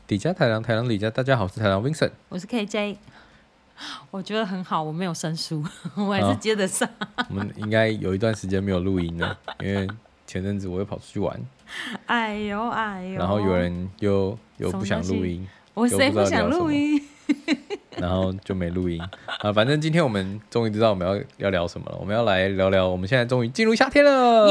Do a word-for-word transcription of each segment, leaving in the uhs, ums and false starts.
底加台郎，台郎底加，大家好，我是台郎 Vincent， 我是 K J， 我觉得很好，我没有生疏，我还是接得上。 啊、我们应该有一段时间没有录音了，因为前阵子我又跑出去玩， 哎呦哎呦， 然后有人又又不想录音， 我谁不想录音？ 然后就没录音啊。反正今天我们终于知道我们要要聊什么了，我们要来聊聊，我们现在终于进入夏天了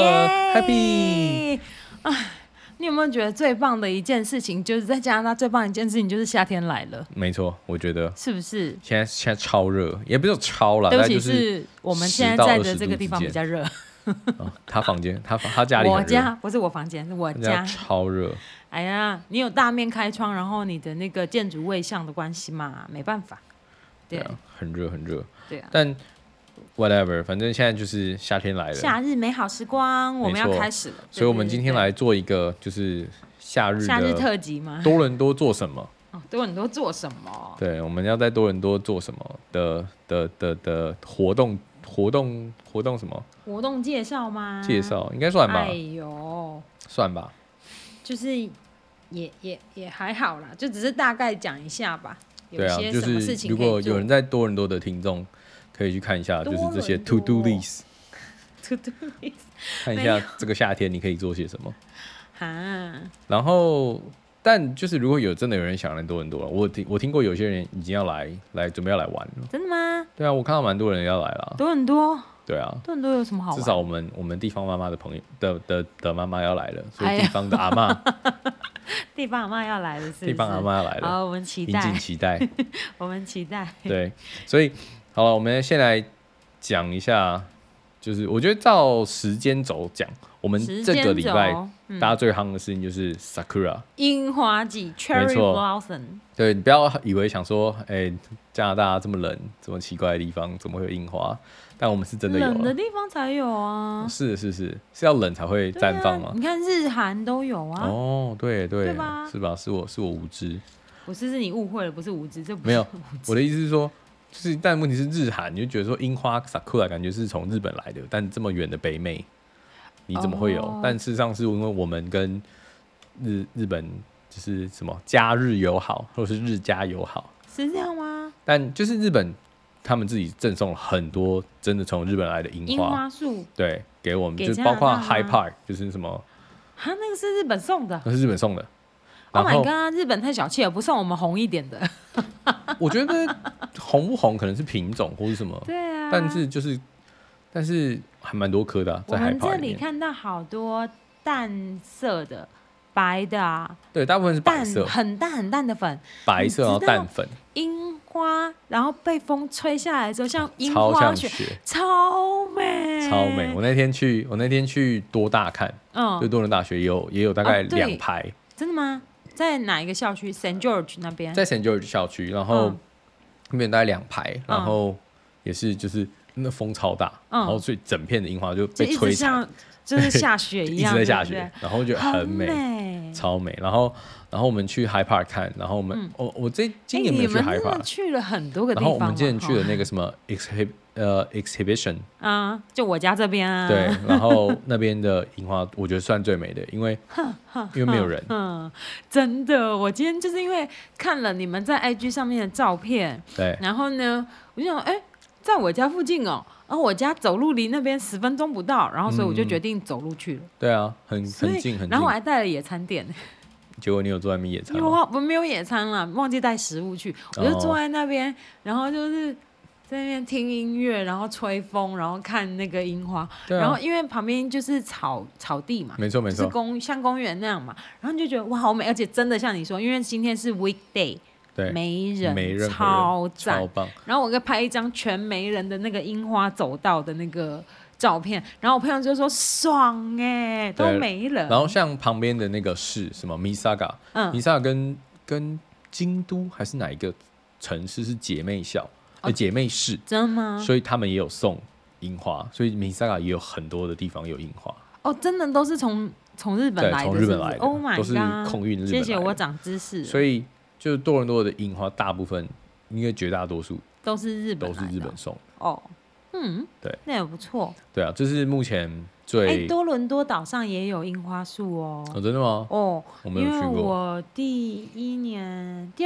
，Happy！ 哎，你有没有觉得最棒的一件事情，就是在加拿大最棒的一件事情就是夏天来了？ 没错，我觉得是不是？ 现在现在超热，也不是超啦， 对不起， 是我们现在在的这个地方比较热。 哦、他房间，他他家里很热， 我家不是我房间，是我家超热。 哎呀，你有大面开窗，然后你的那个建筑位向的关系嘛，没办法。对, 对啊，很热很热。 对啊， 但 whatever， 反正现在就是夏天来了， 夏日美好时光，我们要开始了。 所以，我们今天来做一个就是夏日的夏日特辑吗？ 多伦多做什么？ 哦，多伦多做什么？ 对，我们要在多伦多做什么的的的的活动活动活动什么？ 活动介绍吗？ 介绍应该算吧。 哎呦， 算吧。 就是也也也还好啦，就只是大概讲一下吧。 对啊，就是如果有人在多伦多的听众，可以去看一下，就是这些 to do list， to do list， 看一下这个夏天你可以做些什么。 哈， 然后，但就是如果有真的有人想来多伦多了，我听我听过有些人已经要来来准备要来玩了。 真的吗？ 对啊，我看到蛮多人要来了。 多伦多。 对啊， 多伦多有什么好玩？ 至少我们我们地方妈妈的朋友的的的妈妈要来了，所以地方的阿嬷， 哎、地方阿嬷要来了是不是， 地方阿嬷要来了， 好，我们期待， 引颈期待， 我们期待。 对，所以好了，我们先来讲一下，就是我觉得照时间轴讲，我们这个礼拜、嗯、大家最夯的事情就是 Sakura 樱花季 Cherry Blossom。 对，你不要以为想说，哎、欸，加拿大这么冷，这么奇怪的地方，怎么会有樱花？但我们是真的有， 冷的地方才有啊。 是是是，是要冷才会绽放吗、 啊？你看日韩都有啊。 哦，对对， 对吧？ 是吧？是我是我无知。 不是，是你误会了，不是无知，这不是没有。我的意思是说，就是但问题是日韩，你就觉得说樱花 Sakura 感觉是从日本来的，但这么远的北美，你怎么会有？哦、但事实上是因为我们跟日日本就是什么加日友好，或者是日加友好， 是这样吗？ 但就是日本他们自己赠送了很多真的从日本来的樱花， 樱花树， 对，给我们，就包括 High Park， 就是什么， 啊，那个是日本送的， 那是日本送的。 Oh my god！ 日本太小气了，不送我们红一点的。 我觉得红不红可能是品种或是什么， 对啊， 但是就是，但是还蛮多颗的、啊，在海我们这里看到好多淡色的、白的啊， 对，大部分是白色， 很淡很淡的粉， 白色然后淡粉。 樱花，然后被风吹下来之后，像樱花雪，超美， 超美。我那天去，我那天去多大看，嗯，就多伦大学也有也有大概两排、哦。 真的吗？在哪一个校区 ？Saint George 那边， 在 Saint George 校区，然后那边大概两排，然后也是就是那风超大，嗯、然后所以整片的樱花就被吹散， 就是下雪一样， 一直在下雪，然后就很美， 美超美。然后然后我们去 High Park 看，然后我们、嗯、我我这今年没有去 High Park，、欸、 去了很多个地方。 然后我们今年去了那个什么 exhib 呃 exhibition 啊，就我家这边啊。 对，然后那边的樱花我觉得算最美的，因为因为没有人。 嗯，真的，我今天就是因为看了你们在 I G 上面的照片， 对， 然后呢，我就想，哎、欸，在我家附近哦。然后我家走路离那边十分钟不到，然后所以我就决定走路去了。 嗯、对啊，很很近很近。 然后我还带了野餐垫。 结果你有坐在那边野餐吗？ 有啊，我没有野餐啦，忘记带食物去，我就坐在那边，然后就是在那边听音乐，然后吹风，然后看那个樱花。啊、然后因为旁边就是草草地嘛， 没错没错， 就是公像公园那样嘛，然后你就觉得哇好美，而且真的像你说，因为今天是 weekday。 对， 没人， 没人， 超赞， 超棒。 然后我给拍一张全没人的那个樱花走道的那个照片，然后我朋友就说爽哎、欸，都没人。 然后像旁边的那个市什么 Mississauga， 嗯 ，Mississauga 跟跟京都还是哪一个城市是姐妹校、哦、姐妹市？ 真的吗？ 所以他们也有送樱花，所以 Mississauga 也有很多的地方有樱花。 哦，真的都是从从日本来的， 从日本来的 ，Oh my god， 都是空运日本来的。 谢谢我长知识了。 所以就是多伦多的樱花，大部分应该绝大多数都是日本都是日本送的哦。嗯， 对， 那也不错。 对啊，这是目前最。 哎、欸，多伦多岛上也有樱花树哦。 哦，真的吗？ 哦， 我没有去过。 因为我第一年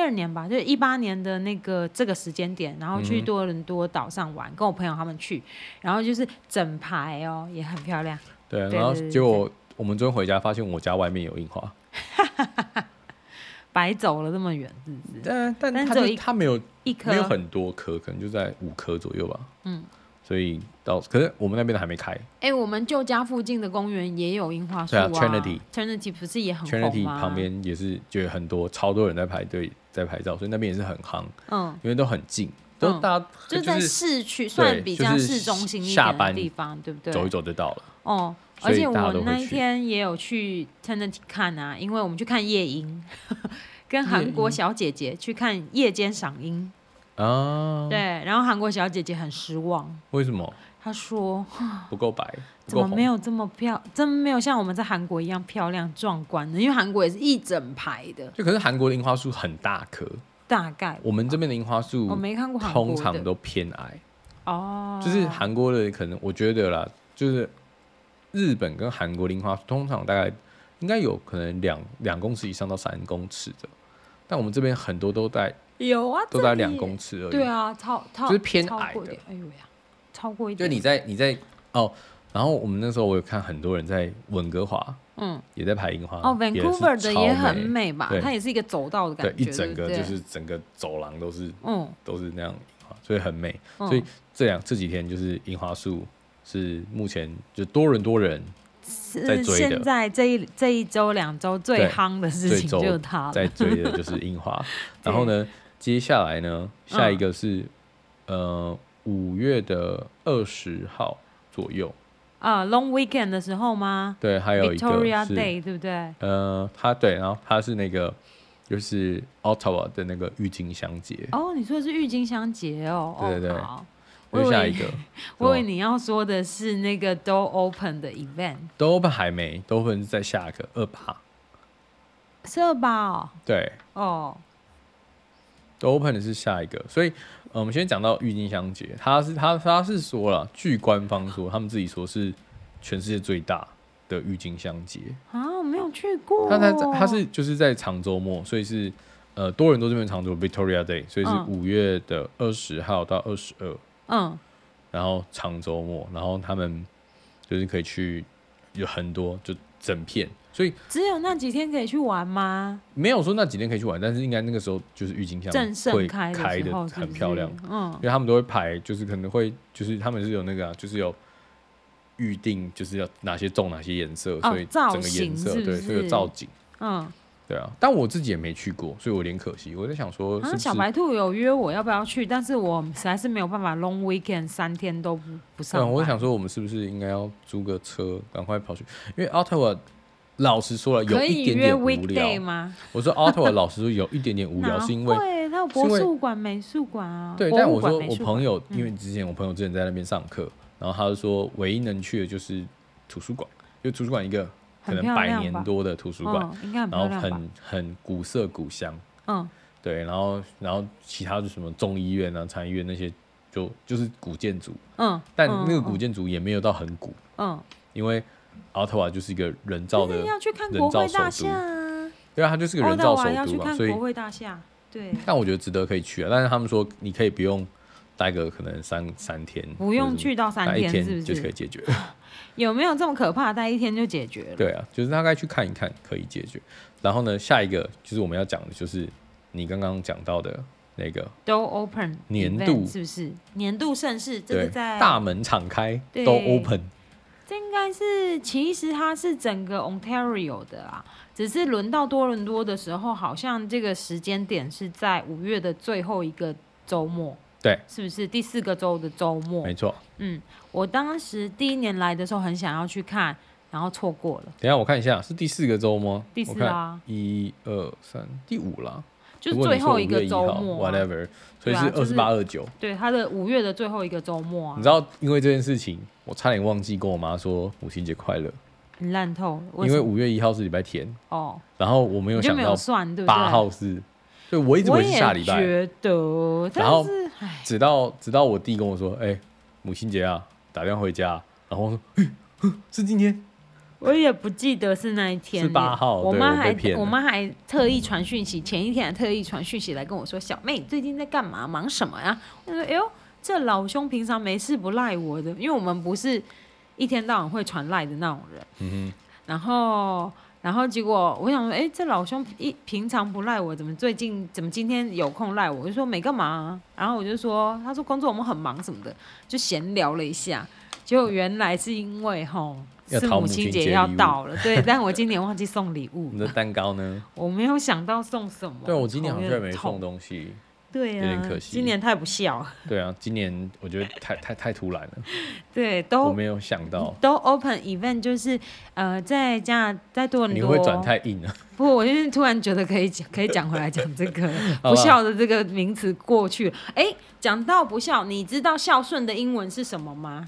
二年吧，就是一八年的那个这个时间点，然后去多伦多岛上玩，嗯、跟我朋友他们去，然后就是整排哦，也很漂亮。 对，然后结果我们昨天回家发现我家外面有樱花， 白走了这么远，是不是？ 但但它它它没有一颗， 没有很多颗，可能就在五颗左右吧。 嗯。 所以到，可是我们那边的还没开。 哎、欸，我们旧家附近的公园也有樱花树啊。 对啊 ，Trinity Trinity 不是也很红吗 ？Trinity 旁边也是，就有很多超多人在排队在拍照，所以那边也是很夯。 嗯， 因为都很近，都大家、 嗯、就是在市区，算比较市中心一点的地方，对不对？ 走一走就到了。 哦，而且我那一天也有去 Trinity 看啊，因为我们去看夜樱，跟韩国小姐姐去看夜间赏樱。啊，对，然后韩国小姐姐很失望， 为什么？ 她说不够白， 怎么没有这么漂，真没有像我们在韩国一样漂亮壮观呢？因为韩国也是一整排的， 就可是韩国的樱花树很大棵， 大概我们这边的樱花树我没看过韩国的， 通常都偏矮哦， 就是韩国的可能我觉得啦，就是日本跟韩国的樱花树通常大概应该有可能两两公尺以上到三公尺的，但我们这边很多都在。 有啊， 都在两公尺而已。对啊，超超就是偏矮的。 哎呦呀，超过一点。 就你在你在哦，然后我们那时候我有看很多人在温哥华，嗯，也在拍樱花。 哦 ，Vancouver 的也很美吧？它也是一个走道的感觉， 对，一整个就是整个走廊都是，嗯，都是那样樱花，所以很美。嗯、所以这两这几天就是樱花树是目前就多伦多人在追的。 现在这一这一周两周最夯的事情就是它了， 在追的就是樱花。然后呢？接下来呢，下一个是、嗯、呃五月的二十号左右啊 ，Long Weekend 的时候吗？ 对，还有一个 Victoria Day， 对不对？ 呃，它对，然后它是那个就是 Ottawa 的那个郁金香节。 哦，你说的是郁金香节哦？ 对对对。 好， 我下一个， 我以为你要说的是那个 Door Open 的 event。Door Open 还没 ，Door Open 是在下个二八。 是二八哦。 对。 哦。 Open 的是下一个，所以、呃、我们先讲到郁金香节，他是他他是说了，据官方说，他们自己说是全世界最大的郁金香节啊，我没有去过。 他他他是就是在长周末，所以是呃多伦多这边长周 Victoria Day， 所以是五月的二十号到二十二，嗯，然后长周末，然后他们就是可以去有很多就整片。所以只有那几天可以去玩吗？ 没有说那几天可以去玩，但是应该那个时候就是郁金香正盛开的很漂亮， 嗯， 因为他们都会排，就是可能会就是他们是有那个、啊、就是有预定，就是要哪些种哪些颜色， 哦、 所以整个颜色是是对，所以有造景， 嗯， 对啊。但我自己也没去过，所以我有点可惜。我在想说是不是，啊， 小白兔有约我要不要去，但是我实在是没有办法 long weekend 三天都不不上班。 嗯，我想说我们是不是应该要租个车，赶快跑去，因为 Ottawa。老实说了，有一点点无聊吗？ 我说 Ottawa 老实说有一点点无聊，是因为它有博术馆、美术馆啊。 对，但我说我朋友，因为之前我朋友之前在那边上课，然后他就说唯一能去的就是图书馆，因为图书馆一个可能百年多的图书馆，然后很很古色古香，嗯，对，然后然后其他就什么众议院啊、参议院那些就就是古建筑，嗯，但那个古建筑也没有到很古，嗯，因为。Ottawa 就是一个人造的要去看国会大厦啊， 对啊，它就是个人造首都要去看所以国会大厦，对。 但我觉得值得可以去啊，但是他们说你可以不用待个可能三三天， 不用去到三天，是不是就可以解决？ 有没有这么可怕？待一天就解决了？ 对啊，就是大概去看一看可以解决。然后呢，下一个就是我们要讲的，就是你刚刚讲到的那个 Door Open 年度是不是年度盛事？这个在大门敞开 Door Open。 这应该是，其实它是整个 Ontario 的啦，只是轮到多伦多的时候，好像这个时间点是在五月的最后一个周末， 对， 是不是第四个周的周末？ 没错。 嗯，我当时第一年来的时候很想要去看，然后错过了。 等一下我看一下，是第四个周吗？ 第四啊， 一二三，第五啦。 就是最后一个周末、 啊、，whatever， 所以是二十八、二九。 对，他的五月的最后一个周末啊。 你知道，因为这件事情，我差点忘记跟我妈说母亲节快乐。 很烂透了。 因为五月一号是礼拜天哦， 然后我没有想到八号是，所以我一直以为是下礼拜。 我也觉得， 然后直到直到我弟跟我说：“哎、欸，母亲节啊，打电话回家。”然后我说：“哎、欸，是今天。” 我也不记得是那一天， 是八号， 我妈还我我妈还特意传讯息，前一天还特意传讯息来跟我说：“小妹，你最近在干嘛？忙什么呀？”我说：“哎呦，这老兄平常没事不赖我的，因为我们不是一天到晚会传赖的那种人。”嗯哼，然后。然后结果我想说，哎，这老兄一平常不赖我，怎么最近怎么今天有空赖我？我就说没干嘛、啊，然后我就说，他说工作我们很忙什么的，就闲聊了一下。结果原来是因为吼，是母亲节要到了，对，但我今年忘记送礼物。 你的蛋糕呢？ 我没有想到送什么。 对，我今年好像也没送东西。 对啊， 有点可惜。 今年太不孝了。 对啊，今年我觉得太太太突然了。 对，都我没有想到。 都 open event 就是呃，在加拿在多伦多。 你会转太硬了。 不，我因为突然觉得可以讲，可以讲回来讲这个不孝的这个名词过去了。哎，讲到不孝，你知道孝顺的英文是什么吗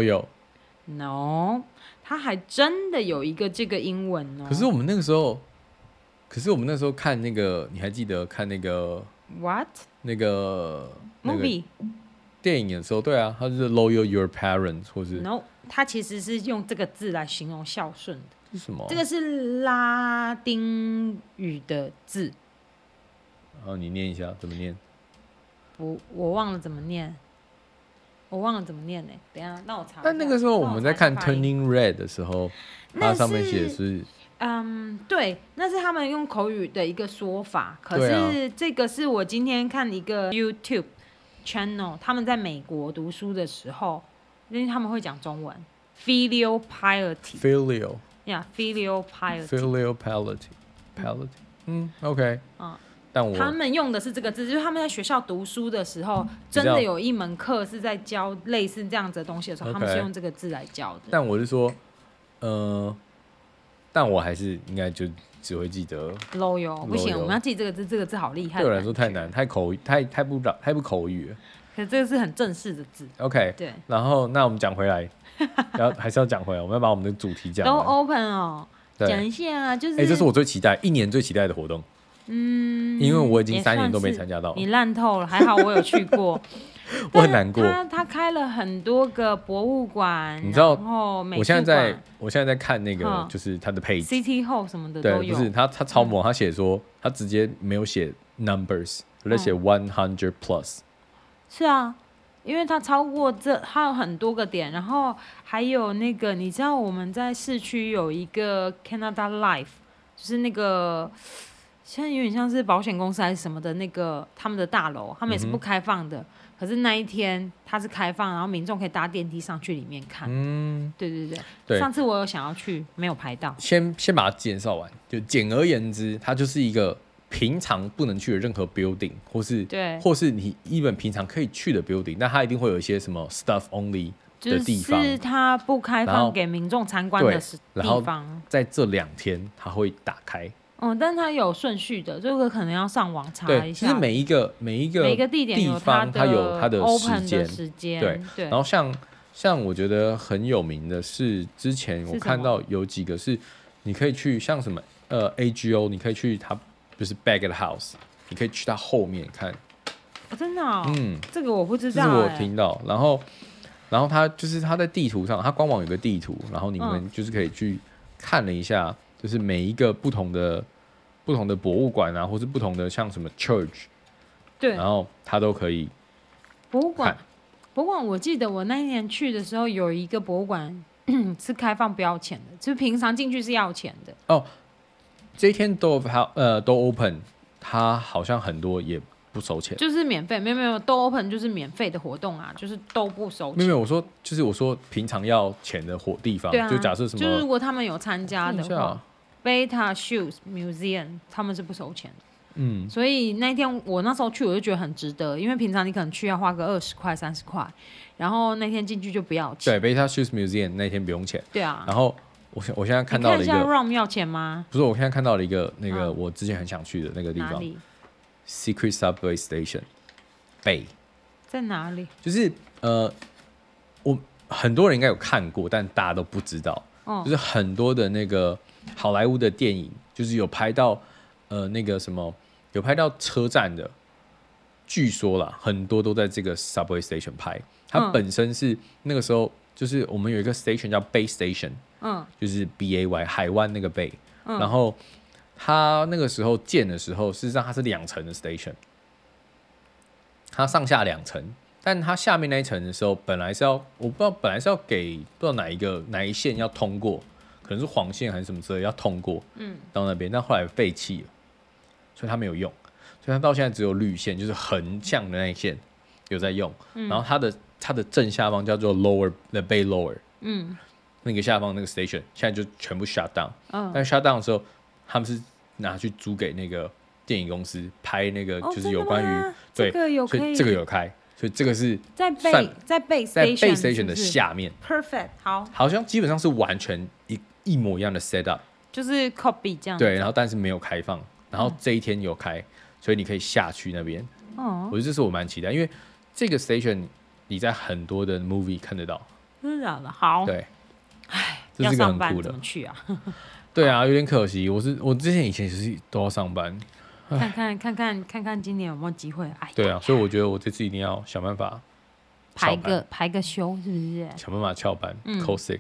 ？Loyal。No， 它还真的有一个这个英文哦。 可是我们那个时候，可是我们那时候看那个，你还记得看那个 What？ 那个 movie 电影的时候，对啊，它是 loyal your parents， 或是 no， 它其实是用这个字来形容孝顺的。 是什么？ 这个是拉丁语的字。 然后你念一下，怎么念？ 我我忘了怎么念，我忘了怎么念呢、欸？等一下，那我查。 但那个时候我们在看 Turning Red 的时候，它上面写的是。 嗯，对，那是他们用口语的一个说法。可是这个是我今天看一个 YouTube channel， 他们在美国读书的时候，因为他们会讲中文 ，filial piety。filial。Yeah, filial piety。 filial piety。piety。嗯 ，OK。嗯，但我他们用的是这个字，就是他们在学校读书的时候，真的有一门课是在教类似这样子的东西的时候， okay， 他们是用这个字来教的。 但我是说，呃。但我还是应该就只会记得 loyal， 不行，我们要记这个字，这个字好厉害。 对我来说太难，太口太太不太不口语了。 可是这个是很正式的字。 OK， 对。 然后那我们讲回来，然后还是要讲回来，我们要把我们的主题讲。 都 open 哦，讲一下啊，就是。 哎、欸，这是我最期待，一年最期待的活动。嗯，因为我已经三年都没参加到。 你烂透了，还好我有去过。 我很难过。 他他开了很多个博物馆， 你知道？ 然后美术馆。 我现在在，我现在在看那个，就是他的 page。 City Hall 什么的都有。 对，不是他，他超模，他写说他直接没有写 numbers， 他写 one hundred plus。 是啊，因为他超过这，他有很多个点，然后还有那个，你知道我们在市区有一个 Canada Life， 就是那个。现在有点像是保险公司还是什么的那个他们的大楼，他们也是不开放的。嗯、可是那一天它是开放，然后民众可以搭电梯上去里面看。嗯，对对 对, 对。上次我有想要去，没有排到。 先先把它介绍完，就简而言之，它就是一个平常不能去的任何 building， 或是对， 或是你一本平常可以去的 building， 但它一定会有一些什么 stuff only 的地方， 就是它不开放给民众参观的地方。 在这两天，它会打开。 嗯，但它有顺序的，这个可能要上网查一下。 就是每一个每一个每一个地点有它有它的时间， 时间对对。然后像像我觉得很有名的是，之前我看到有几个是你可以去，像什么呃 A G O， 你可以去它就是 Baggett House， 你可以去它后面看。 哦、真的、哦？嗯，这个我不知道、 欸。这是我听到，然后然后它就是它在地图上，它官网有个地图，然后你们就是可以去看了一下。嗯，就是每一个不同的不同的博物馆啊，或是不同的像什么 church， 对， 然后它都可以博物馆。博物馆，我记得我那一年去的时候，有一个博物馆是开放不要钱的，就是平常进去是要钱的。 哦，这一天都呃都 open， 它好像很多也不收钱， 就是免费，没有没有都 open 就是免费的活动啊，就是都不收钱。 没有没有，我说就是我说平常要钱的活地方， 对啊， 就假设什么， 就是如果他们有参加的话。Beta Shoes Museum 他们是不收钱的，嗯，所以那天我那时候去我就觉得很值得，因为平常你可能去要花个二十块三十块，然后那天进去就不要钱。 对 ，Beta Shoes Museum 那天不用钱。 对啊。 然后我我现在看到了一个，你看一下 R O M 要钱吗？ 不是，我现在看到了一个那个我之前很想去的那个地方，哪里 ？Secret Subway Station Bay 在哪里？ 就是呃，我很多人应该有看过，但大家都不知道，哦、就是很多的那个。好莱坞的电影就是有拍到，呃，那个什么，有拍到车站的，据说啦，很多都在这个 subway station 拍。它本身是、嗯、那个时候，就是我们有一个 station 叫 Bay Station， 嗯， 就是 B A Y 海湾那个 Bay，、 嗯、 然后它那个时候建的时候，事实上它是两层的 station， 它上下两层，但它下面那一层的时候，本来是要我不知道本来是要给不知道哪一个哪一线要通过，可能是黄线还是什么之类要通过，嗯，到那边，但后来废弃了，所以它没有用，所以它到现在只有绿线，就是横向的那一线有在用，嗯、然后它的它的正下方叫做 Lower the Bay Lower， 嗯，那个下方那个 station 现在就全部 shut down，嗯，但 shut down 的时候，他们是拿去租给那个电影公司拍那个，就是有关于、哦、对， 这个有可以， 所以这个有开，所以这个是在 Bay 在 Bay Station 在 Bay Station 的下面 ，perfect 好， 好像基本上是完全一一模一样的 set up， 就是 copy 这样子， 对，然后但是没有开放，然后这一天有开，嗯、所以你可以下去那边，哦，我觉得这是我蛮期待，因为这个 station 你在很多的 movie 看得到， 真的假的？好， 对， 唉， 这是个很酷的， 怎么去啊？ 对啊，有点可惜。我是我之前以前也是都要上班， 看看看看看看今年有没有机会。哎， 对啊，所以我觉得我这次一定要想办法排个排个休，是不是？ 想办法翘班 ，call sick。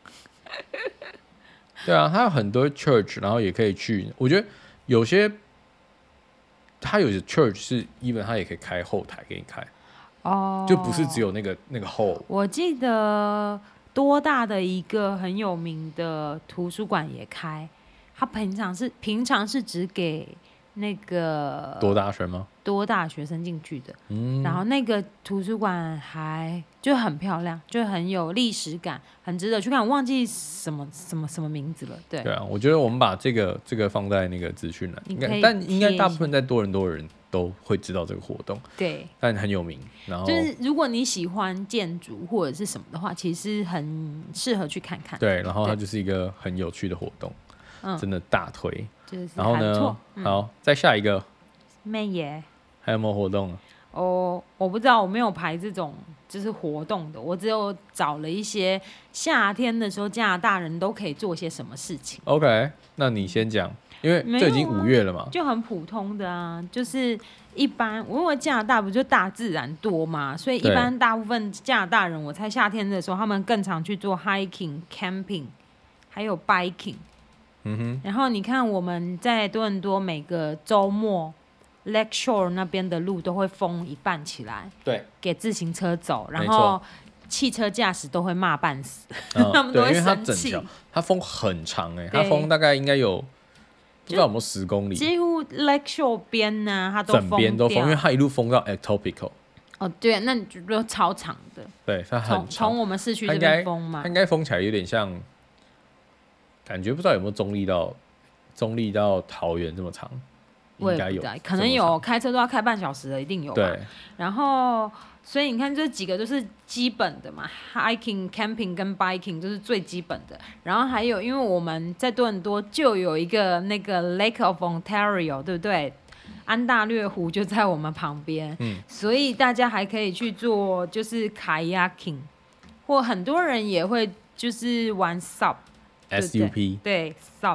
对啊，它有很多 church， 然后也可以去。我觉得有些它有些 church 是 even 它也可以开后台给你开，哦，就不是只有那个那个后。 我记得。多大的一个很有名的图书馆也开，它平常是平常是只给那个多大学吗？ 多大学生进去的，嗯，然后那个图书馆还就很漂亮，就很有历史感，很值得去看。我忘记什么什么什么名字了，对。 对啊，我觉得我们把这个这个放在那个资讯栏，应该但应该大部分在多伦多的人都会知道这个活动， 对， 但很有名。然后就是如果你喜欢建筑或者是什么的话，其实很适合去看看。 对，然后它就是一个很有趣的活动，嗯、真的大推。 就是、 然后呢， 嗯、 好，再下一个， 妹耶， 还有没有活动啊？ 哦，我不知道，我没有排这种就是活动的，我只有找了一些夏天的时候加拿大人都可以做些什么事情。 OK， 那你先讲。因为这已经五月了嘛、啊， 就很普通的啊，就是一般，因为加拿大不就大自然多嘛，所以一般大部分加拿大人，我猜夏天的时候，他们更常去做 hiking、camping， 还有 biking。嗯哼。然后你看我们在多伦多每个周末 Lake Shore 那边的路都会封一半起来， 对， 给自行车走，然后汽车驾驶都会骂半死，嗯、他们都会生气。 它封很长哎、欸，它封大概应该有。不知道有没有十公里？ 几乎 Lake Shore 边呢，它都封掉，整边都封，因为它一路封到 Etobicoke。 哦，对，那你就超长的。 对，它很长。 从我们市区这边封嘛， 它应该封起来有点像，感觉不知道有没有中立到中立到桃园这么长，应该有， 可能有，开车都要开半小时的，一定有吧。 对， 然后。所以你看这几个都是基本的嘛 ，hiking、camping 跟 biking 都是最基本的。然后还有，因为我们在多伦多就有一个那个 Lake of Ontario， 对不对？安大略湖就在我们旁边，嗯，所以大家还可以去做就是 kayaking， 或很多人也会就是玩 sup。S U P 对 sup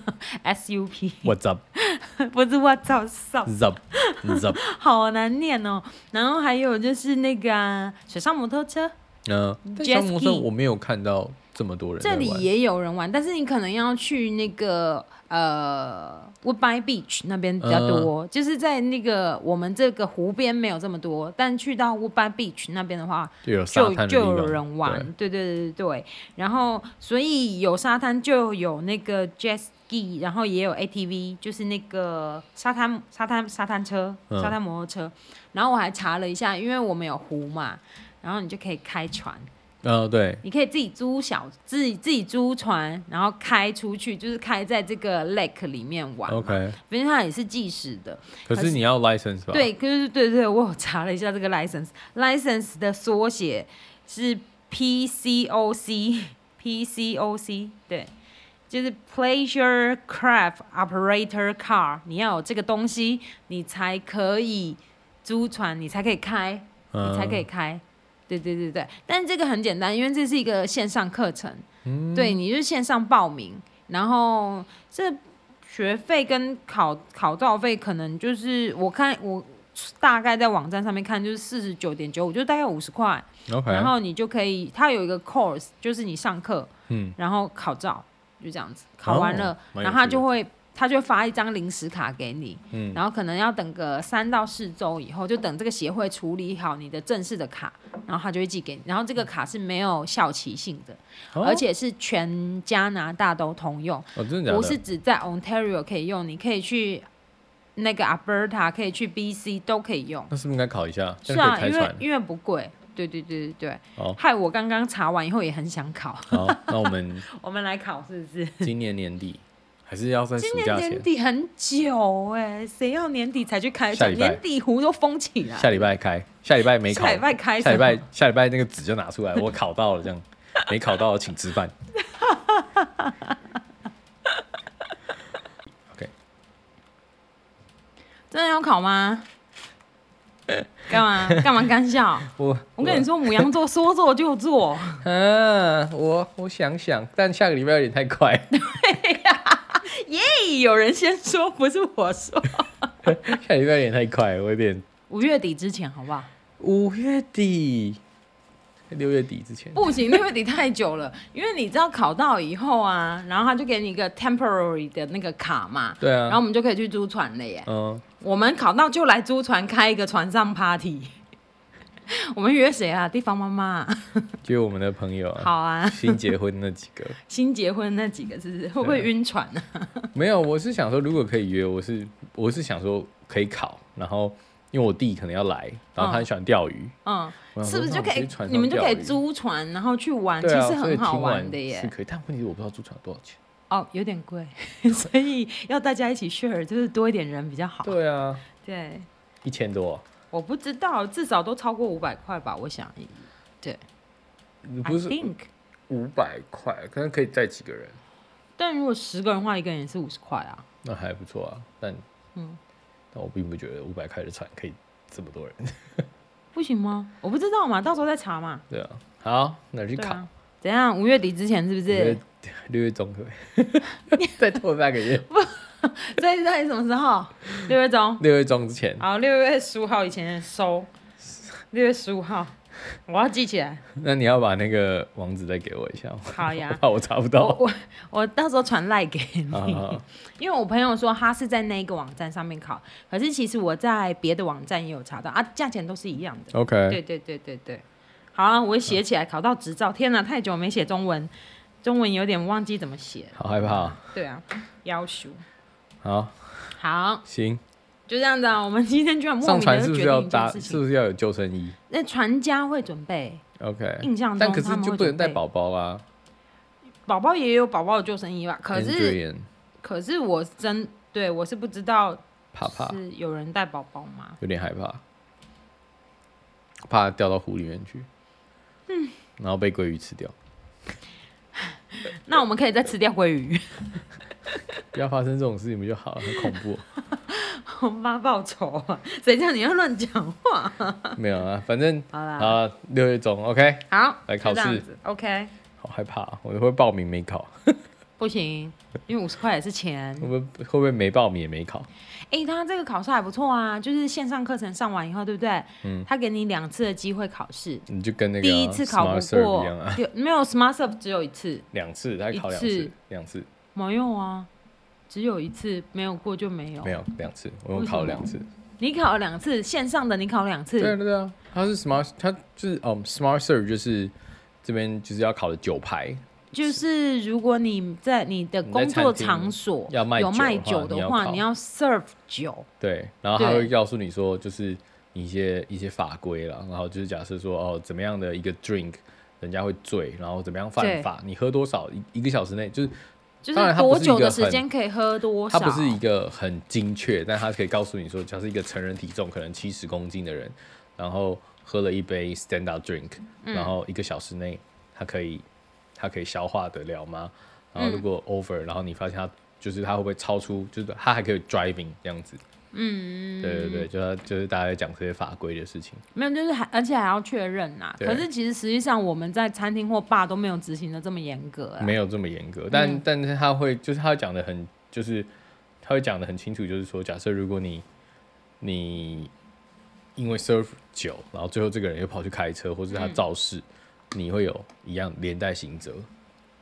S U P What's up 不是 What's up sup Zup Zup 好难念哦。然后还有就是那个、啊、水上摩托车， 嗯，水上摩托车我没有看到这么多人在玩， 这里也有人玩，但是你可能要去那个呃 Woodbine Beach 那边比较多、嗯，就是在那个我们这个湖边没有这么多，但去到 Woodbine Beach 那边的话， 就有沙滩的地方， 就有人玩，对对对对对。然后所以有沙滩就有那个 Jet Ski， 然后也有 A T V， 就是那个沙滩沙滩沙滩车、沙滩摩托车、嗯。然后我还查了一下，因为我们有湖嘛，然后你就可以开船。 呃、oh, 对， 你可以自己租小自己自己租船，然后开出去，就是开在这个 lake 里面玩。OK， 反正它也是计时的。 可是你要 license 吧？ 对，就是对对，我有查了一下这个 license，license 的缩写是 P C O C，P C O C， 对，就是 Pleasure Craft Operator Car， 你要有这个东西，你才可以租船，你才可以开，嗯、你才可以开。对对对对，但这个很简单，因为这是一个线上课程，嗯、对，你就是线上报名，然后这学费跟考考照费可能就是我看我大概在网站上面看就是四十九点九五，就大概五十块， OK， 然后你就可以，它有一个 course， 就是你上课， 嗯，然后考照，就这样子，考完了， 哦、 然后他就会。他就发一张临时卡给你， 嗯， 然后可能要等个三到四周以后，就等这个协会处理好你的正式的卡，然后他就会寄给你。然后这个卡是没有效期性的，哦、而且是全加拿大都通用， 哦，真的假的？ 不是只在 Ontario 可以用，你可以去那个 Alberta， 可以去 B C 都可以用。 那是不是应该考一下？ 是啊，因为因为不贵。对对对对对，哦、害我刚刚查完以后也很想考。 好，那我们我们来考是不是？ 今年年底。还是要在暑假前。 今年年底很久哎、欸，谁要年底才去开场？年底湖都封起来。 下礼拜开，下礼拜没考。 下礼拜开。 下礼拜下礼拜那个纸就拿出来，我考到了这样，没考到请吃饭。OK。 真的要考吗？干嘛干嘛干笑？我我跟你说，牡羊座说做就做。 嗯，我我想想，但下个礼拜有点太快。 对呀、啊。耶、yeah, 有人先说，不是我说。 下礼拜有点太快，我有点。 五月底之前，好不好？ 五月底，六月底之前。 不行，六月底太久了，因为你知道考到以后啊，然后他就给你一个 temporary 的那个卡嘛。 对啊。 然后我们就可以去租船了耶。 嗯。 我们考到就来租船开一个船上 party。我们约谁啊？地方妈妈、啊， 约我们的朋友啊。 好啊， 新结婚那几个。 新结婚那几个是不是会不会晕船啊？ 没有，我是想说，如果可以约，我是我是想说可以考，然后因为我弟可能要来，然后他很喜欢钓鱼，嗯， 是不是就可以？你们就可以租船，然后去玩， 对啊、 其实很好玩的耶。 是可以，但问题是我不知道租船多少钱。 哦，有点贵，所以要大家一起 share， 就是多一点人比较好。 对啊， 对， 一千多。 我不知道，至少都超过五百块吧，我想。对， 不是五百块，可能可以载几个人。 但如果十个人的话，一个人也是五十块啊。 那还不错啊，但嗯，但我并不觉得五百块的船可以这么多人。 不行吗？我不知道嘛，到时候再查嘛。 对啊，好，那去考。 啊、怎样？五月底之前是不是？ 六月中可以，再拖半个月。 这是在什么时候？六月中。 六月中之前。 好，六月十五号以前收。六月十五号，我要记起来。 那你要把那个网址再给我一下。 好呀。 我怕我查不到。 我 我, 我到时候传赖给你。好好好，因为我朋友说他是在那个网站上面考，可是其实我在别的网站也有查到啊，价钱都是一样的。 OK。 对对对对对。好啊，我写起来，考到执照。天哪，太久没写中文，中文有点忘记怎么写。 好害怕。 对啊，要求。 好， 好， 行， 就这样子啊。我们今天居然莫名的就决定一件事情， 是不是要有救生衣？ 那船家会准备 ，OK。 印象中， 但可是就不能带宝宝啊。 宝宝也有宝宝的救生衣吧？可是，可是我真对我是不知道， 怕怕是有人带宝宝吗？ 有点害怕，怕掉到湖里面去，嗯，然后被鲑鱼吃掉。 那我们可以再吃掉鲑鱼。 不要发生这种事情不就好了？很恐怖。 我妈报仇啊！谁叫你要乱讲话？ 没有啊，反正好啦， 啊，六月中 ，OK。 好， 来考试 ，OK。 好害怕，我会报名没考。 不行，因为五十块也是钱。 会不会会不会没报名也没考？ 哎、欸，他这个考试还不错啊，就是线上课程上完以后，对不对？嗯。他给你两次的机会考试。 你就跟那个第一次考不过， 一样啊。 没有 Smart Serve 只有一次。 两次，他考两次，两次。 没有啊，只有一次，没有过就没有。 没有两次，我有考了两次。 你考了两次，线上的你考两次。 对啊对啊，他是 Smart， 他就是哦、um, Smart Serve 就是这边就是要考的酒牌。 就是如果你在你的工作场所有卖酒的话，你要 serve 酒。 对，然后他会告诉你说，就是一些一些法规啦，然后就是假设说哦，怎么样的一个 drink 人家会醉，然后怎么样犯法，你喝多少一一个小时内就是。 就是多久的时间可以喝多少？ 它不是一个很精确，但它可以告诉你说，假设一个成人体重可能七十公斤的人，然后喝了一杯 stand up drink，、嗯、然后一个小时内他可以他可以消化得了吗？然后如果 over，、嗯、然后你发现他就是他会不会超出，就是他还可以 driving 这样子。嗯，对对对，就就是大家在讲这些法规的事情， 没有，就是还而且还要确认呐。可是其实实际上我们在餐厅或bar都没有执行的这么严格啊， 没有这么严格，但、嗯、但是他会就是他会讲的很就是他会讲的很清楚，就是说假设如果你你因为 serve 酒，然后最后这个人又跑去开车，或是他肇事，嗯、你会有一样连带刑责。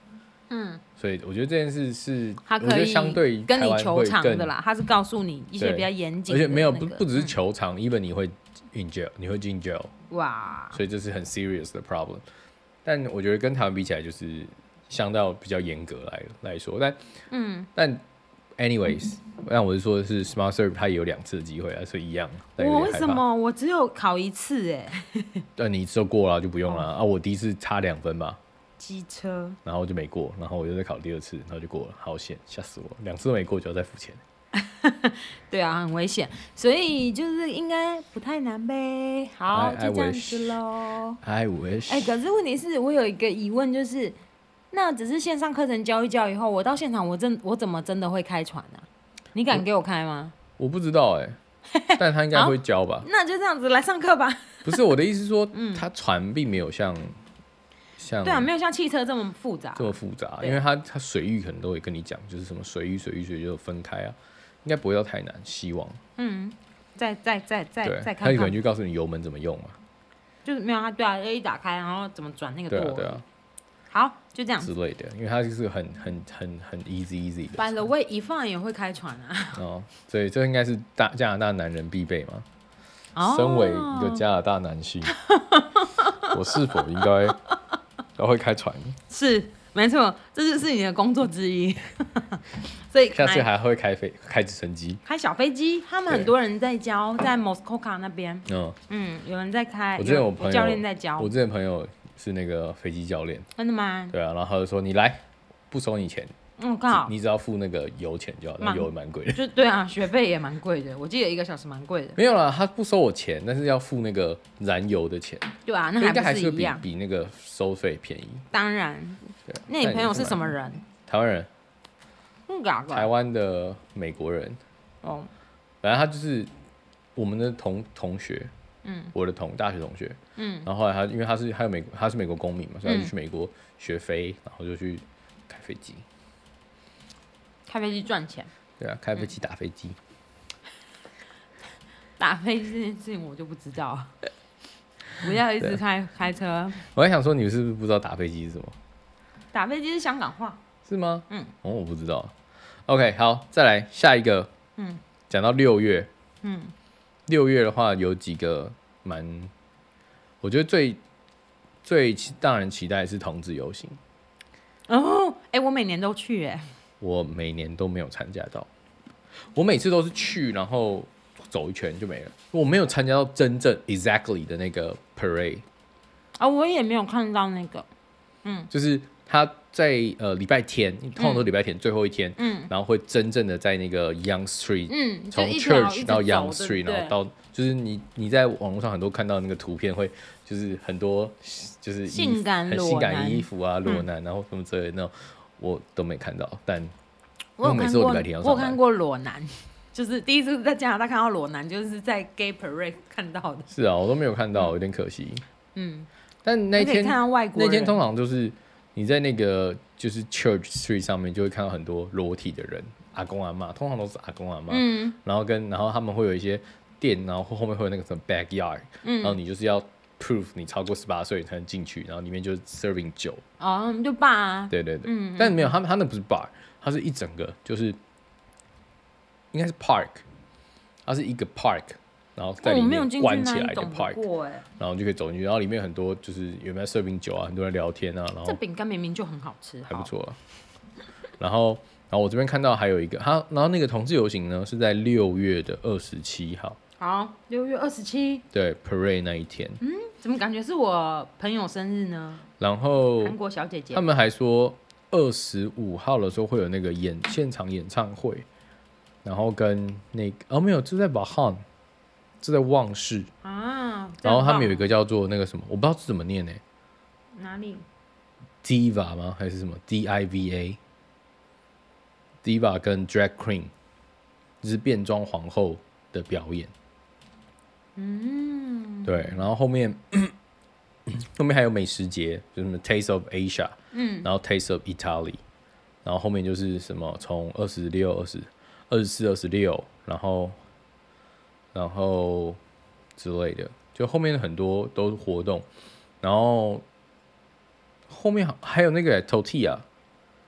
嗯，所以我觉得这件事是， 他可以相对跟你球场的啦，他是告诉你一些比较严谨的、那個， 而且没有不不只是球场、嗯、，even 你会 in jail， 你会进 jail， 哇， 所以这是很 serious 的 problem。但我觉得跟台湾比起来，就是相对比较严格来来说，但嗯，但 anyways， 但我是说的是 Smart Serve 它也有两次的机会啊，所以一样。 我为什么我只有考一次哎、欸？ 但你就过了就不用了、哦、啊！我第一次差两分吧。 机车， 然后就没过，然后我又再考第二次，然后就过了，好险，吓死我！两次都没过就要再付钱。 对啊，很危险，所以就是应该不太难呗。好， I, 就这样子喽。 I wish。 哎、欸，可是问题是我有一个疑问，就是那只是线上课程教一教以后，我到现场我真我怎么真的会开船啊？你敢给我开吗？ 我, 我不知道哎、欸，但他应该会教吧？ 那就这样子来上课吧。 不是我的意思是说，嗯、他船并没有像。 对啊，没有像汽车这么复杂， 这么复杂，因为它它水域可能都会跟你讲，就是什么水域水域水域就分开啊，应该不会到太难，希望。嗯， 再再再再再看看， 他可能就告诉你油门怎么用嘛， 就是没有他对啊，一打开然后怎么转那个舵， 对啊对啊， 好就这样之类的，因为它就是很很很很 easy easy 的。 By the way， 以放也会开船啊。 哦，所以这应该是大加拿大男人必备嘛。哦、身为一个加拿大男性，我是否应该？都会开船， 是没错，这就是你的工作之一。所以下次还会开飞开直升机， 开小飞机。他们很多人在教，在 Muskoka 那边，嗯嗯，有人在开。 我之前我朋友教练在教， 我之前朋友是那个飞机教练。 真的吗？ 对啊，然后他就说你来，不收你钱。 嗯，刚好你只要付那个油钱就好，那油蛮贵的。 就对啊，学费也蛮贵的，我记得一个小时蛮贵的。 没有啦，他不收我钱，但是要付那个燃油的钱。 对啊，那还不是一样， 比比那个收费便宜。 当然。对啊。那你朋友是什么人？ 台湾人。 嗯，台湾的美国人。哦。反正他就是我们的同同学，嗯，我的同大学同学，嗯。然后后来他因为他是还有美他是美国公民嘛，所以他就去美国学飞，然后就去开飞机。 开飞机赚钱， 对啊，开飞机打飞机、嗯， 打飞机这件事情我就不知道，不要一直开开车。 我还想说，你是不是不知道打飞机是什么？ 打飞机是香港话， 是吗？嗯，哦，我不知道。OK， 好，再来下一个。嗯，讲到六月，嗯，六月的话有几个蛮，我觉得最最让人期待的是同志游行。 哦，哎、欸，我每年都去、欸，哎。 我每年都没有参加到，我每次都是去，然后走一圈就没了。我没有参加到真正 exactly 的那个 parade 啊，我也没有看到那个，嗯， 就是他在呃礼拜天，通常都礼拜天、嗯、最后一天，嗯，然后会真正的在那个 Young Street， 嗯，从 Church 到 Young Street， 然后到就是你你在网络上很多看到那个图片会就是很多就是性感很性感衣服啊，裸男、嗯，然后什么之类的那种。我都没看到，但我有看过，我有看过裸男，就是第一次在加拿大看到裸男，就是在 Gay Parade 看到的。 是啊，我都没有看到，有点可惜。嗯，但那天看到外国人那天通常都是你在那个就是 Church Street 上面就会看到很多裸体的人，阿公阿嬷，通常都是阿公阿嬷。嗯，然后跟然后他们会有一些店，然后后面会有那个什么 backyard，嗯，然后你就是要。proof 你超过十八岁才能进去，然后里面就是 serving 酒哦，就 bar 啊， 对对对，嗯，但没有，他他那不是 bar， 它是一整个就是应该是 park， 它是一个 park， 然后在里面关起来的 park，、哦、然后就可以走进去，然后里面很多就是有没有 serving 酒啊，很多人聊天啊，然后这饼干明明就很好吃， 还不错、啊。然后然后我这边看到还有一个，他然后那个同志游行呢是在六月的二十七号。 好，六月二十七， 对 ，parade 那一天。 嗯，怎么感觉是我朋友生日呢？ 然后韩国小姐姐， 他们还说二十五号的时候会有那个演现场演唱会，然后跟那个哦没有，这在 Vaughan， 这在旺市啊。然后他们有一个叫做那个什么，我不知道是怎么念呢、欸？ 哪里 ？Diva 吗？还是什么 ？D I V A。Diva 跟 Drag Queen， 就是变装皇后的表演。嗯，对，然后后面后面还有美食节，就是什么 Taste of Asia， 嗯，然后 Taste of Italy， 然后后面就是什么从二十六、二十、二十四、二十六，然后然后之类的，就后面很多都是活动，然后后面还有那个 Tortilla，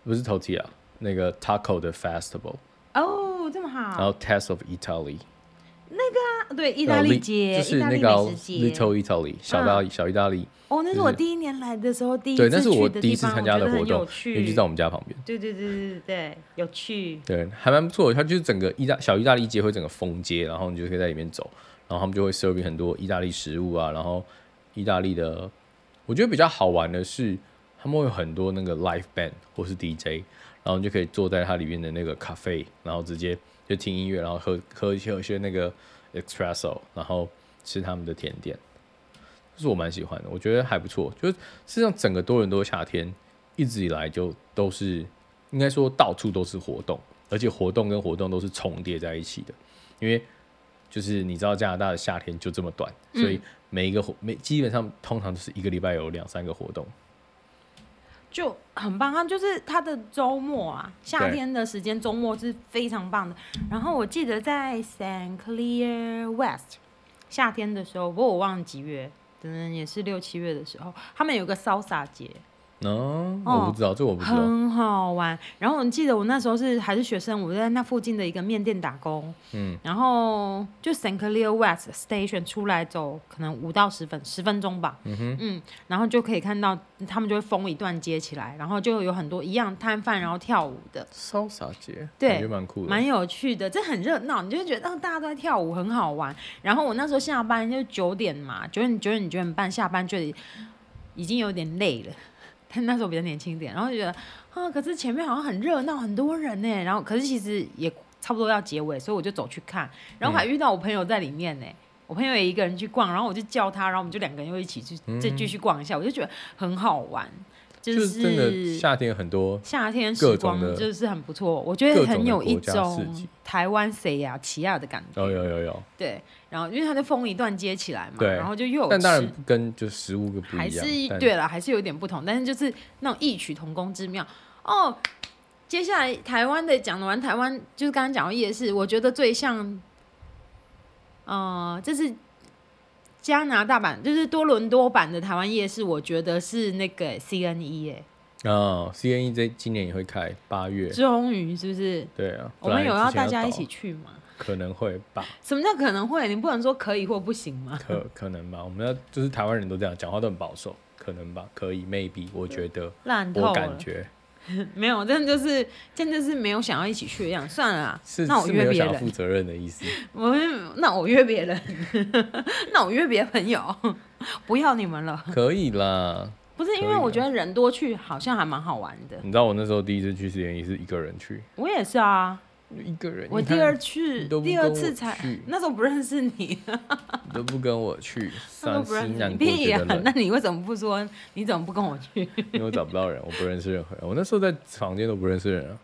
不是 tortilla， 那个 taco 的 festival。 哦，这么好。 然后 Taste of Italy。 那个啊，对，意大利街， 就是那个 Little Italy 小意大利、嗯、小意大利。 哦，那是我第一年来的时候第一次去的地方，对，那是我第一次参加的活动，因为就在我们家旁边。 对对对对对，有趣。 对，还蛮不错的。它就是整个意大小意大利街会整个封街，然后你就可以在里面走，然后他们就会 serve 很多意大利食物啊，然后意大利的，我觉得比较好玩的是，他们会有很多那个 live band 或是 D J， 然后你就可以坐在它里面的那个咖啡，然后直接就听音乐，然后喝喝一些喝一些那个 espresso， 然后吃他们的甜点。就是我蛮喜欢的，我觉得还不错。就是事实上，整个多伦多夏天一直以来就都是，应该说到处都是活动，而且活动跟活动都是重叠在一起的。因为就是你知道加拿大的夏天就这么短，所以每一个每基本上通常都是一个礼拜有两三个活动， 就很棒。它就是它的周末啊，夏天的时间周末是非常棒的。然后我记得在 Saint Clair West 夏天的时候，不过我忘了几月。可能也是六七月的时候，他们有个salsa节。 哦，我不知道，这我不知道。 很好玩。然后我记得我那时候是还是学生，我在那附近的一个面店打工。嗯。然后就 Saint Clair West Station 出来走，可能五到十分十分钟吧。嗯哼。嗯。然后就可以看到他们就会封一段街起来，然后就有很多一样摊贩，然后跳舞的。 salsa节， 对， 感觉蛮酷的， 蛮有趣的，这很热闹，你就会觉得、哦、大家都在跳舞，很好玩。然后我那时候下班就九点嘛，九点九点九点半下班就已经有点累了。但那时候比较年轻一点，然后就觉得啊，可是前面好像很热闹，很多人呢。然后可是其实也差不多要结尾，所以我就走去看，然后还遇到我朋友在里面呢。嗯、我朋友也一个人去逛，然后我就叫他，然后我们就两个人又一起去再继续逛一下，我就觉得很好玩。就是、 就是真的夏天很多夏天时光就是很不错，我觉得很有一种台湾谁呀奇亚的感觉。 有有有有。 对，然后因为它就封一段街起来嘛，然后就又有吃， 但当然跟就食物不一样， 还是对了，还是有点不同，但是就是那种异曲同工之妙哦。接下来台湾的讲完台湾，就是刚刚讲到夜市，我觉得最像，呃，这是。加拿大版就是多伦多版的台湾夜市，我觉得是那个 C N E 哎、 欸，哦 ，C N E 这今年也会开，八月， 终于是不是？ 对啊， 我们有要大家一起去吗？ 可能会吧。 什么叫可能会？你不能说可以或不行吗？ 可可能吧，我们要就是台湾人都这样讲话都很保守，可能吧，可以 maybe， 我觉得， 烂透了， 我感觉。 没有，真的就是真的是没有想要一起去的样子。算了啦， 是那我约别人。 是没有想要负责任的意思。 我那我约别人，那我约别朋友，不要你们了。 可以啦。 不是因为我觉得人多去好像还蛮好玩的。 你知道我那时候第一次去实验也是一个人去。 我也是啊。 一个人， 我第二去，第二次才，那时候不认识你，你都不跟我去， 那不认识你，屁呀！那你为什么不说？你怎么不跟我去？ 因为我找不到人，我不认识任何人。我那时候在房间都不认识人啊。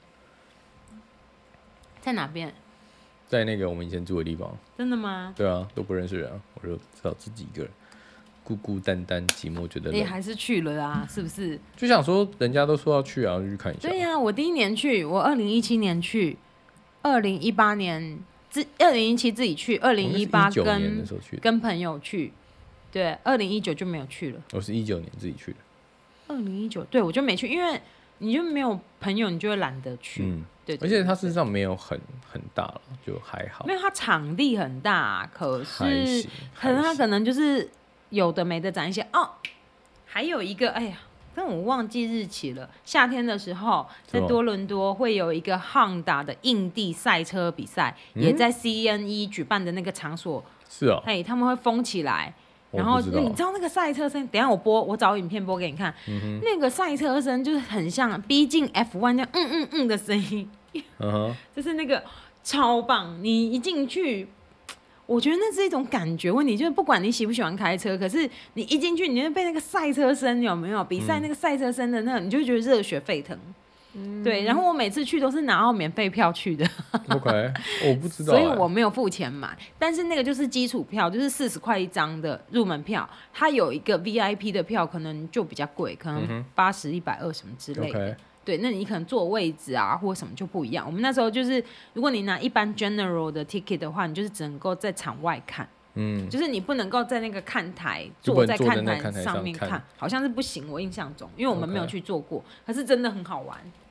在哪边？ 在那个我们以前住的地方。 真的吗？ 对啊，都不认识人啊，我就只好自己一个人，孤孤单单、寂寞，觉得。 你还是去了啊？是不是？ 就想说，人家都说要去啊，就去看一下。 对呀、啊，我第一年去，我二零一七年去。二零一八年自二零一七自己去，二零一八跟跟朋友去，对，二零一九就没有去了。 我是一九年自己去的。 二零一九，对我就没去，因为你就没有朋友，你就会懒得去。嗯，对, 对, 对, 对。 而且它事实上没有很很大了，就还好。 因为它场地很大，可是可能它可能就是有的没的展一些哦。还有一个，哎呀。但我忘记日期了。夏天的时候，在多伦多会有一个 Honda 的印地赛车比赛，嗯、也在 C N E 举办的那个场所。 是啊、哦， 嘿，他们会封起来，然后你知道那个赛车声？等一下我播，我找影片播给你看。嗯、那个赛车声就是很像逼近 F 一 那样嗯嗯嗯的声音，嗯、就是那个超棒。你一进去。我觉得那是一种感觉问题，就是不管你喜不喜欢开车，可是你一进去，你就被那个赛车声有没有比赛那个赛车声的那个，你就觉得热血沸腾。嗯、对，然后我每次去都是拿到免费票去的。 OK， 我不知道、欸， 所以我没有付钱买，但是那个就是基础票，就是四十块一张的入门票，它有一个 V I P 的票，可能就比较贵，可能八十、一百二什么之类的。Okay. 对，那你可能坐位置啊或什么就不一样。我们那时候就是，如果你拿一般 general 的 ticket 的话，你就是只能够在场外看，嗯，就是你不能够在那个看台坐在看台上面看，好像是不行。我印象中，因为我们没有去做过， okay. 可是真的很好玩。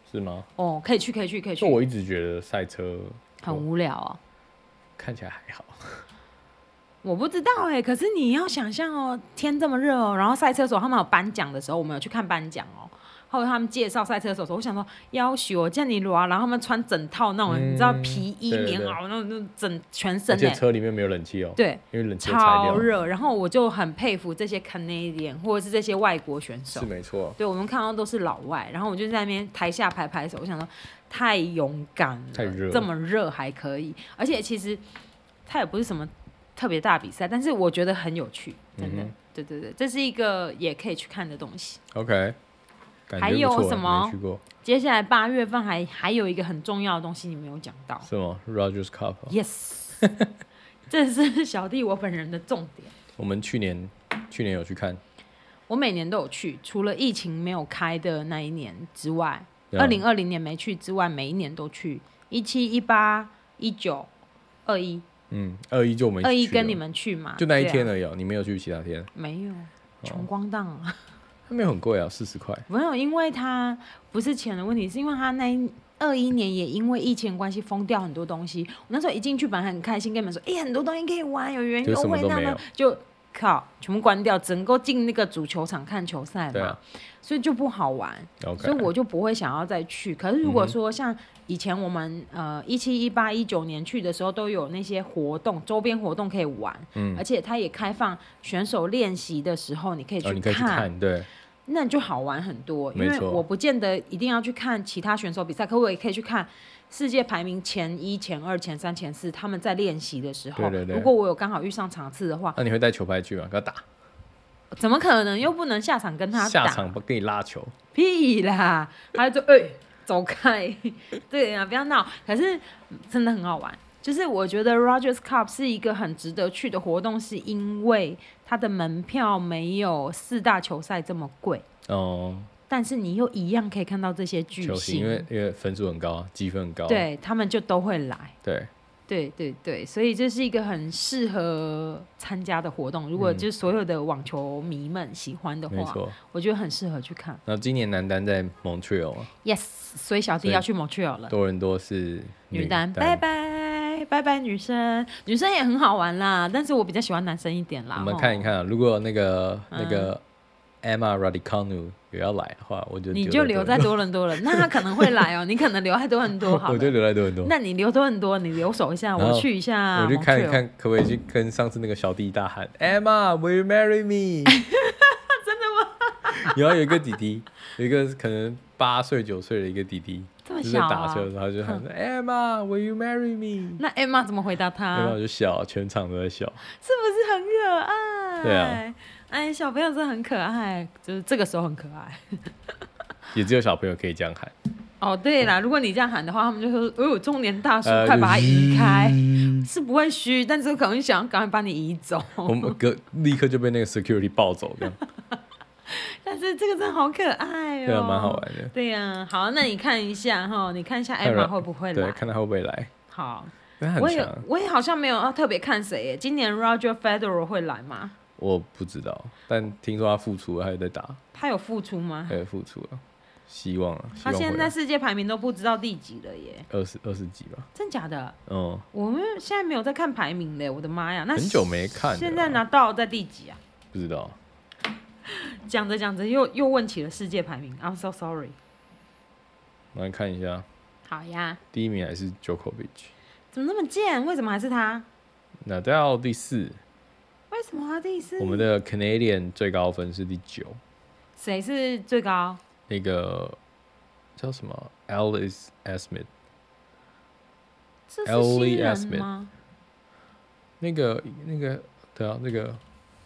是吗？ 哦，可以去，可以去，可以去。 就我一直觉得赛车很无聊哦， 看起来还好。 我不知道哎、欸，可是你要想象哦，天这么热哦，然后赛车手他们有颁奖的时候，我们有去看颁奖哦，后来他们介绍赛车手的时候，我想说要求我叫你罗，然后他们穿整套那种、嗯、你知道皮衣棉袄那种整全身、欸， 而且车里面没有冷气哦， 对， 因为冷气超热。然后我就很佩服这些 Canadian 或者是这些外国选手， 是没错。 对，我们看到都是老外，然后我就在那边台下拍拍手，我想说太勇敢了， 太热， 这么热还可以，而且其实它也不是什么特别大比赛，但是我觉得很有趣，真的，嗯、对对对，这是一个也可以去看的东西。 OK， 还有什么？接下来八月份还还有一个很重要的东西你没有讲到， 是吗 ？Rogers Cup。Yes， 这是小弟我本人的重点。 我们去年去年有去看， 我每年都有去，除了疫情没有开的那一年之外，二零二零年没去之外，每一年都去，一七、一八、一九、二一。 嗯，二一就我们二一跟你们去嘛， 就那一天而已、啊，你没有去其他天？ 没有，穷光蛋啊！ 它没有很贵啊，四十块。 没有，因为它不是钱的问题，是因为它那二一年也因为疫情关系封掉很多东西。我那时候一进去本来很开心，跟你们说，哎、欸，很多东西可以玩，有园游会，那么就靠全部关掉，只能够进那个足球场看球赛嘛、啊，所以就不好玩。Okay. 所以我就不会想要再去。可是如果说像以前我们呃一七、一八、一九年去的时候，都有那些活动，周边活动可以玩，嗯、而且它也开放选手练习的时候，你可以去看，哦、 你可以去看，对， 那就好玩很多。因为我不见得一定要去看其他选手比赛，可我也可以去看世界排名前一、前二、前三、前四他们在练习的时候， 对对对， 如果我有刚好遇上场次的话， 那你会带球拍去吗？跟他打？ 怎么可能？又不能下场跟他打， 下场不给你拉球？ 屁啦！他就哎、欸，走开！对啊，不要闹。可是真的很好玩，就是我觉得 Rogers Cup 是一个很值得去的活动，是因为它的门票没有四大球赛这么贵哦。但是你又一样可以看到这些巨星， 因为因为分数很高，积分很高， 对他们就都会来。 对。 对对对，所以这是一个很适合参加的活动。如果就是所有的网球迷们喜欢的话，嗯、我觉得很适合去看。 然后今年男单在 Montreal 啊 ，Yes， 所以小弟要去 Montreal 了。 多伦多是女单，拜拜拜拜，女生女生也很好玩啦，但是我比较喜欢男生一点啦。 我们看一看、啊，如果那个、嗯、那个 Emma Raducanu 有要来的话，我就你就留在多伦多了。那他可能会来哦，你可能留在多伦多好了。 我就留在多伦多。 那你留多伦多，你留守一下，我去一下。 我去看一看，可不可以去跟上次那个小弟大喊 Emma Will you marry me 真的吗？ 然后有一个弟弟，有一个可能八岁九岁的一个弟弟， 这么小、啊、 就在打球的时候他就喊 Emma Will you marry me 那 Emma 怎么回答他？ Emma 就笑，全场都在笑， 是不是很可爱？ 对啊， 哎，小朋友真的很可爱，就是这个时候很可爱。 也只有小朋友可以这样喊。 哦，对啦，如果你这样喊的话，他们就说：“哦，中年大叔，呃、快把他移开。呃”是不会虚，但是可能想赶快把你移走。 我们隔立刻就被那个 security 抱走这样。 但是这个真的好可爱哦、喔， 对啊，蛮好玩的。 对呀、啊，好，那你看一下哈，你看一下 Emma 会不会来？ 对，看他会不会来。 好， 我也我也好像没有要特别看谁耶。今年 Roger Federer 会来吗？ 我不知道，但听说他复出了，他有在打。 他有复出吗？ 他有复出了，希望啊。 他现在世界排名都不知道第几了耶。 二十二十几吧？ 真假的？ 嗯， 我们现在没有在看排名嘞，我的妈呀！那很久没看了。 现在拿到在第几啊？ 不知道。 讲着讲着又又问起了世界排名 ，I'm so sorry。 我来看一下。 好呀。 第一名还是 Djokovic。 怎么那么贱？为什么还是他？ 拿到第四。 为什么他第四？ 我们的 Canadian 最高分是第九。 谁是最高？ 那个叫什么 Ellis Smith。 这是新人吗？ 那个那个对啊，那个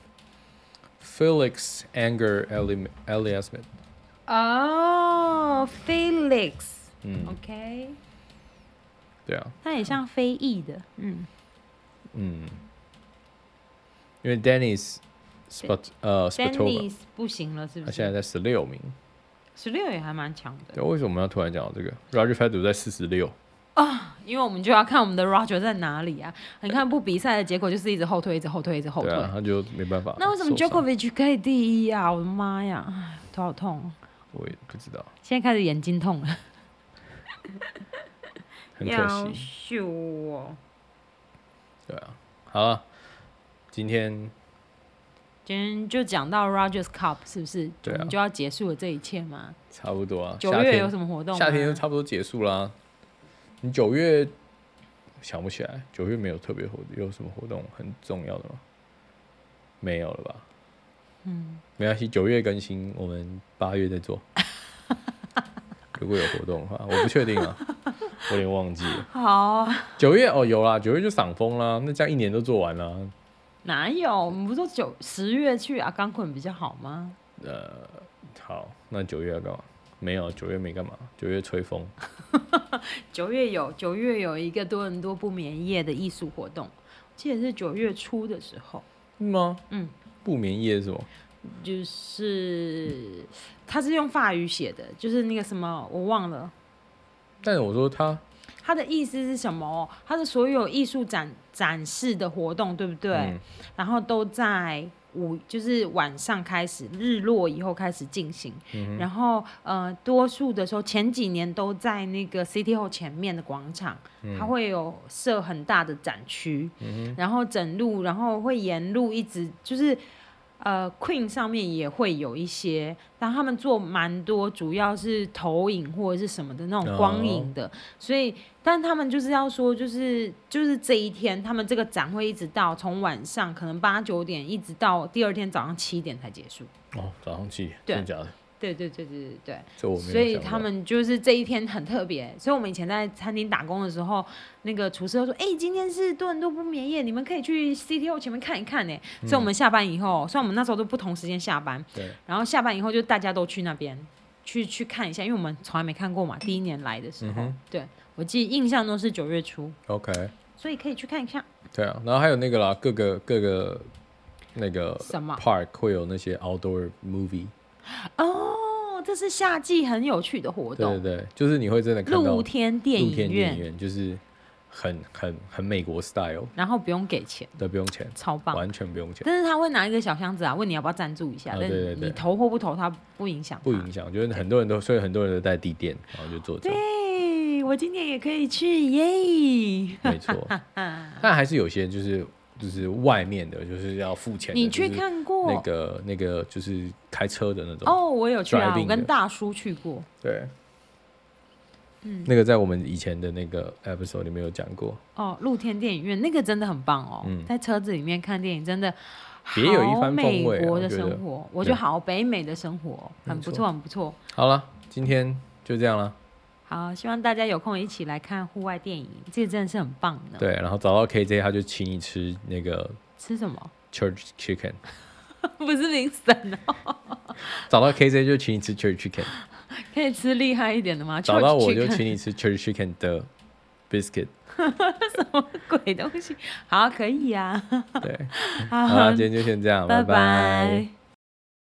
Felix Anger Ellie Smith。 哦 ，Felix。 嗯 ，OK。 对啊。 他也像非裔的，嗯。 嗯。因为 Dennis Spot 呃 Dennis 不行了，是不是？ 他现在在十六名， 十六也还蛮强的。 对，为什么我们要突然讲到这个 ？Roger Federer 在四十六啊，因为我们就要看我们的 Roger 在哪里啊！你看不比赛的结果就是一直后退，一直后退，一直后退， 对啊，他就没办法。 那为什么 Djokovic 可以第一啊？我的妈呀，头好痛！ 我也不知道。 现在开始眼睛痛了。 很可惜。 要秀哦。 对啊，好了，今天今天就讲到 Rogers Cup 是不是？ 对啊， 我们就要结束了这一切吗？ 差不多啊。 九月有什么活动吗？ 夏天就差不多结束啦。你九月想不起来，九月没有特别活，有什么活动很重要的吗？没有了吧？嗯，没关系，九月更新，我们八月再做。如果有活动的话，我不确定啊，我有点忘记了。 好， 九月哦有啦，九月就赏枫啦，那这样一年都做完了。 哪有？我们不是说九十月去阿冈昆比较好吗？ 呃，好，那九月要干嘛？没有，九月没干嘛，九月吹风。 九月有，九月有一个多伦多不眠夜的艺术活动，记得是九月初的时候。 是吗？ 嗯， 不眠夜是什么？ 就是他是用法语写的，就是那个什么我忘了。 但是我说他， 他的意思是什么？他的所有艺术展展示的活动，对不对？嗯、然后都在午，就是晚上开始，日落以后开始进行。嗯、然后呃，多数的时候前几年都在那个 City Hall 前面的广场，嗯、它会有设很大的展区，嗯、然后整路，然后会沿路一直就是。呃 ，Queen 上面也会有一些，但他们做蛮多，主要是投影或者是什么的那种光影的， oh. 所以，但他们就是要说，就是就是这一天，他们这个展会一直到从晚上可能八九点，一直到第二天早上七点才结束。 哦，早上七点，真的假的？ 对对对对对对， 这我没有想到。 所以他们就是这一天很特别，所以我们以前在餐厅打工的时候，那个厨师都说：“哎、欸，今天是多伦多不眠夜，你们可以去 C T O 前面看一看呢。嗯”所以我们下班以后，虽然我们那时候都不同时间下班，对，然后下班以后就大家都去那边去去看一下，因为我们从来没看过嘛，第一年来的时候，嗯、对我记得印象中是九月初 ，OK， 所以可以去看一下。 对啊，然后还有那个啦，各个各个那个什么 park 会有那些 outdoor movie 哦。这是夏季很有趣的活动， 对对对，就是你会真的看到露天电影院， 露天电影院就是很很很美国 style， 然后不用给钱， 对，不用钱， 超棒， 完全不用钱。 但是他会拿一个小箱子啊，问你要不要赞助一下， 啊、对对对， 但你投或不投，他不影响， 不影响。我觉得很多人都，所以很多人都带地垫，然后就做这种。 对，我今年也可以去耶， 没错。但还是有些就是就是外面的，就是要付钱的。 你去看过那个那个就是开车的那种？ 哦，我有去啊，我跟大叔去过。 对，嗯，那个在我们以前的那个 episode 里面有讲过。 哦，露天电影院那个真的很棒哦，嗯、在车子里面看电影真的别有一番风味、啊。美国的生活，我觉得好北美的生活，很不错，很不错。 好了，今天就这样了。 好，希望大家有空一起来看户外电影，这个真的是很棒的。 对，然后找到 K J， 他就请你吃那个吃什么 Church Chicken， 不是林森哦。 找到 K J 就请你吃 Church Chicken， 可以吃厉害一点的吗？ 找到我就请你吃 Church Chicken 的 biscuit， 什么鬼东西？好，可以啊。 对，好，今天就先这样，拜拜。 拜拜。